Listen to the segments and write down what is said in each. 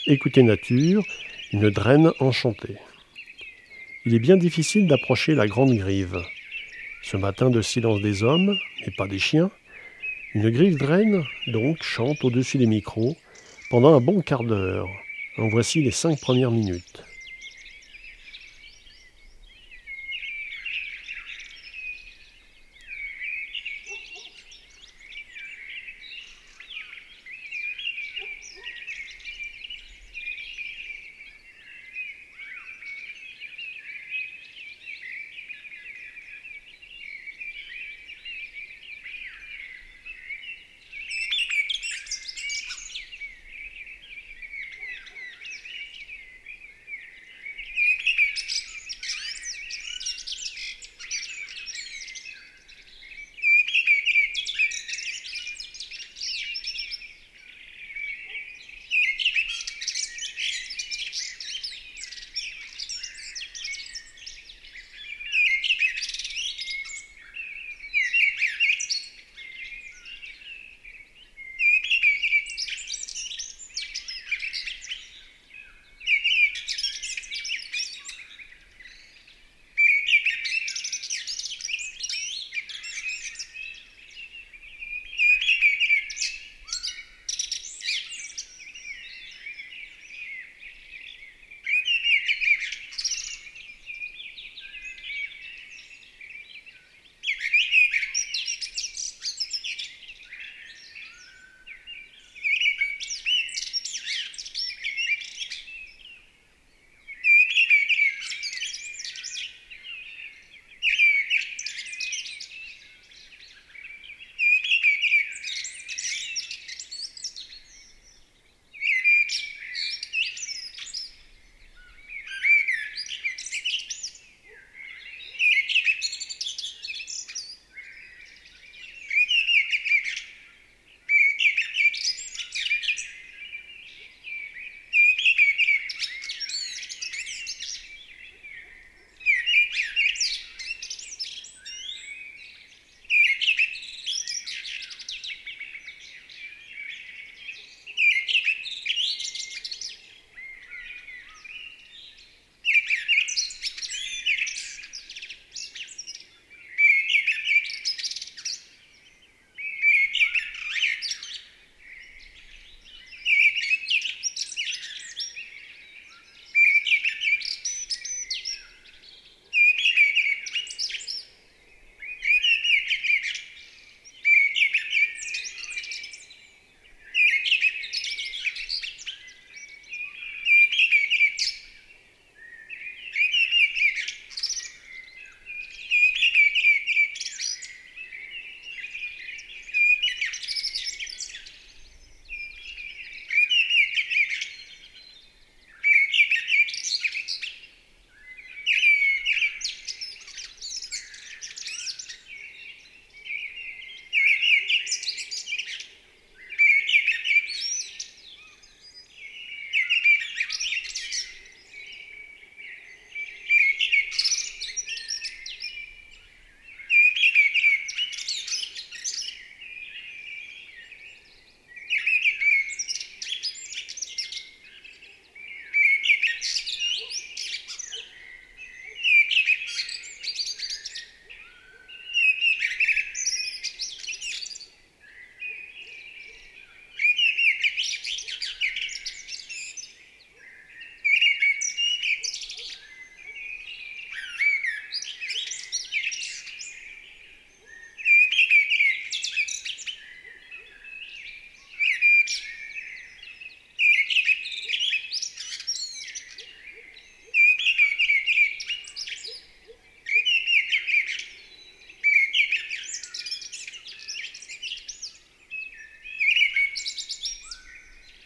Écoutez Nature, une draine enchantée. Il est bien difficile d'approcher la grande grive. Ce matin de silence des hommes, mais pas des chiens, une grive draine, donc, chante au-dessus des micros pendant un bon quart d'heure. En voici les 5 premières minutes.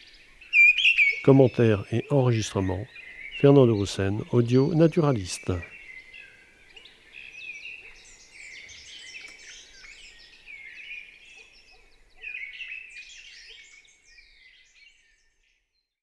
Commentaires et enregistrements, Fernand de Roussen, audio naturaliste.